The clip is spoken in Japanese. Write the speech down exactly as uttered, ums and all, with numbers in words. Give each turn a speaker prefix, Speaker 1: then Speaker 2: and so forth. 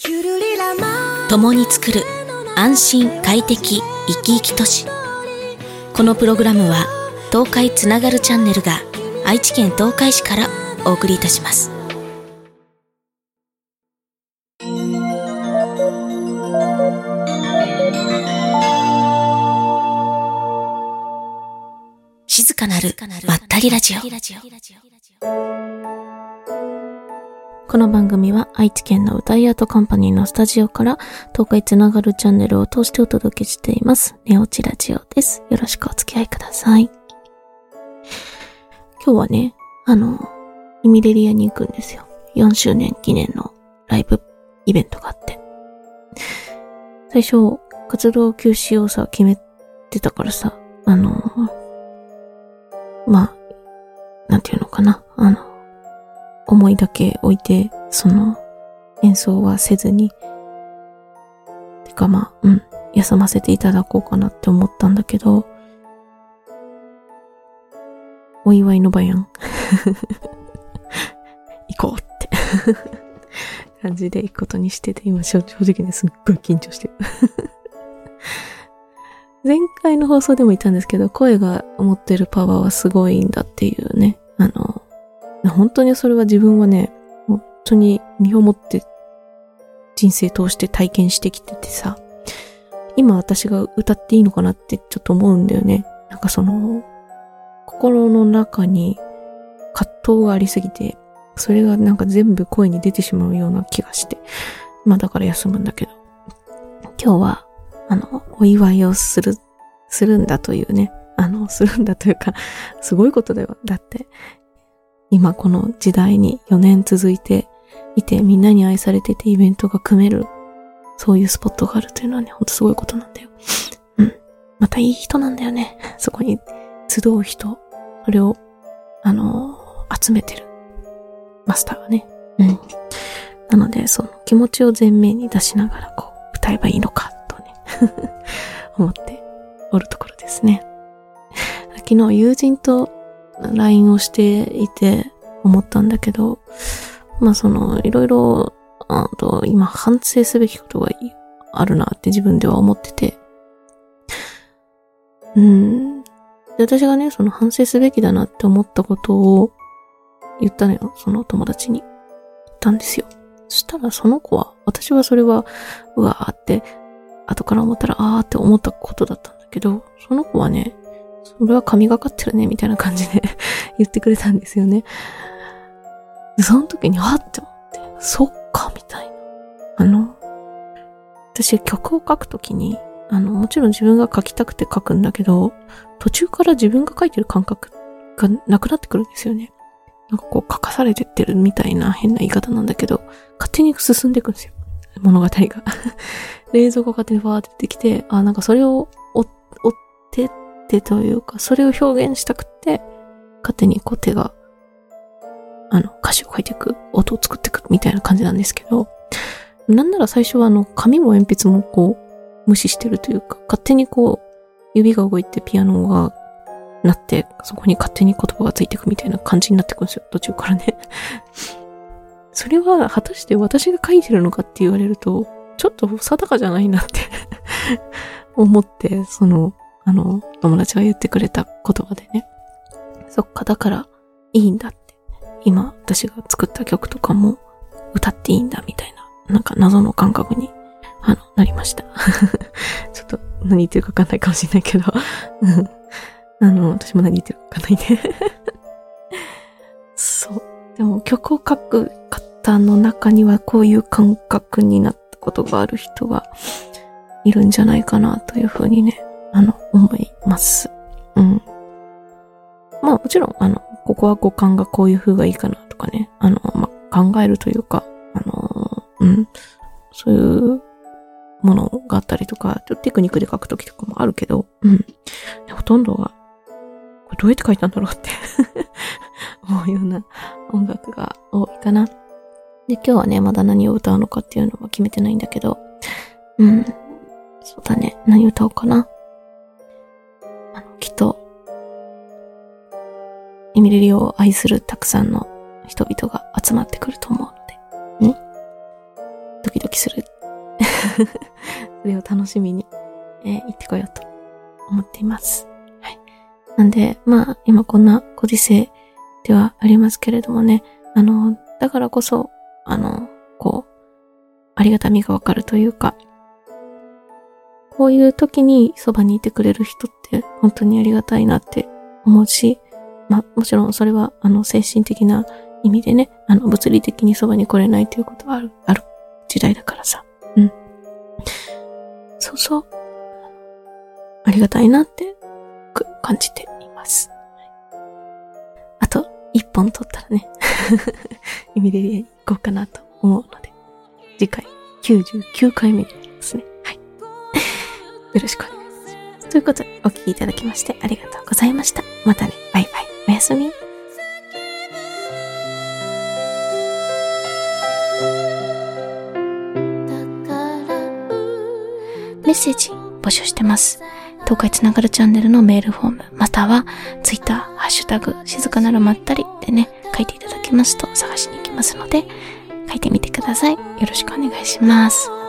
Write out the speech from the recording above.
Speaker 1: 共に作る安心快適生き生き都市。このプログラムは東海つながるチャンネルが愛知県東海市からお送りいたします。静かなるまったりラジオ。この番組は愛知県の歌いアートカンパニーのスタジオから東海つながるチャンネルを通してお届けしていますネオチラジオです。よろしくお付き合いください。今日はね、あのイミレリアに行くんですよ。よんしゅうねん記念のライブイベントがあって、最初活動休止をさ決めてたからさ、あのまあなんていうのかな、あの思いだけ置いて、その演奏はせずに、てかまあ、うん、休ませていただこうかなって思ったんだけど、お祝いの場やん。行こうって感じで行くことにしてて、今正直ね、すっごい緊張してる。前回の放送でも言ったんですけど、声が持ってるパワーはすごいんだっていうね、あの、本当にそれは自分はね、本当に身をもって人生通して体験してきててさ、今私が歌っていいのかなってちょっと思うんだよね。なんかその、心の中に葛藤がありすぎて、それがなんか全部声に出てしまうような気がして、まあだから休むんだけど、今日は、あの、お祝いをする、するんだというね、あの、するんだというか、すごいことだよ。だって、今この時代によねん続いていて、みんなに愛されててイベントが組める、そういうスポットがあるというのはね、ほんとすごいことなんだよ。うん。またいい人なんだよね。そこに集う人、それを、あのー、集めてるマスターがね。うん。なので、その気持ちを前面に出しながらこう、歌えばいいのか、とね、思っておるところですね。昨日友人とライン をしていて思ったんだけど、まあそのいろいろあと今反省すべきことがあるなって自分では思ってて、うん。で私がね、その反省すべきだなって思ったことを言ったのよ、その友達に言ったんですよ。そしたらその子は、私はそれはうわーって後から思ったらあーって思ったことだったんだけど、その子はね、それは神がかってるねみたいな感じで言ってくれたんですよね。でその時にはって思って、そっかみたいな。あの私曲を書くときに、あのもちろん自分が書きたくて書くんだけど、途中から自分が書いてる感覚がなくなってくるんですよね。なんかこう書かされてってるみたいな変な言い方なんだけど、勝手に進んでいくんですよ、物語が。冷蔵庫が勝手にファーって出てきて、あ、なんかそれを追ってというか、それを表現したくて、勝手にこう手が、あの、歌詞を書いていく、音を作っていくみたいな感じなんですけど、なんなら最初はあの、紙も鉛筆もこう、無視してるというか、勝手にこう、指が動いてピアノが鳴って、そこに勝手に言葉がついていくみたいな感じになってくるんですよ、途中からね。それは果たして私が書いてるのかって言われると、ちょっと定かじゃないなって思って、その、あの、友達が言ってくれた言葉でね。そっか、だからいいんだって。今、私が作った曲とかも歌っていいんだみたいな、なんか謎の感覚に、あの、なりました。ちょっと何言ってるかわかんないかもしれないけど。あの、私も何言ってるかわかんないね。そう。でも曲を書く方の中にはこういう感覚になったことがある人がいるんじゃないかなというふうにね、あの、思います。うん。まあもちろん、あの、ここは五感がこういう風がいいかなとかね、あの、まあ考えるというか、あの、うん、そういうものがあったりとか、ちょっとテクニックで書くときとかもあるけど、うん。ほとんどは、これどうやって書いたんだろうって思うような音楽が多いかな。で、今日はね、まだ何を歌うのかっていうのは決めてないんだけど、うん。そうだね、何歌おうかな。あの、きっと、エミレリを愛するたくさんの人々が集まってくると思うので、んドキドキするそれを楽しみに、えー、行ってこようと思っています。はい。なんで、まあ、今こんなご時世ではありますけれどもね、あの、だからこそ、あの、こう、ありがたみがわかるというか、こういう時にそばにいてくれる人って本当にありがたいなって思うし、まあもちろんそれはあの精神的な意味でね、あの物理的にそばに来れないということはある、ある時代だからさ。うん。そうそう。ありがたいなって感じています。あと一本取ったらね、イミレリアに行こうかなと思うので、次回きゅうじゅうきゅうかいめになりますね。はい。よろしくお願いします。ということで、お聞きいただきましてありがとうございました。またね。バイバイ。おやすみ。
Speaker 2: メッセージ募集してます。東海つながるチャンネルのメールフォーム、またはツイッター、ハッシュタグ、静かなるまったりでね、書いていただきますと探しに行きますので、書いてみてください。よろしくお願いします。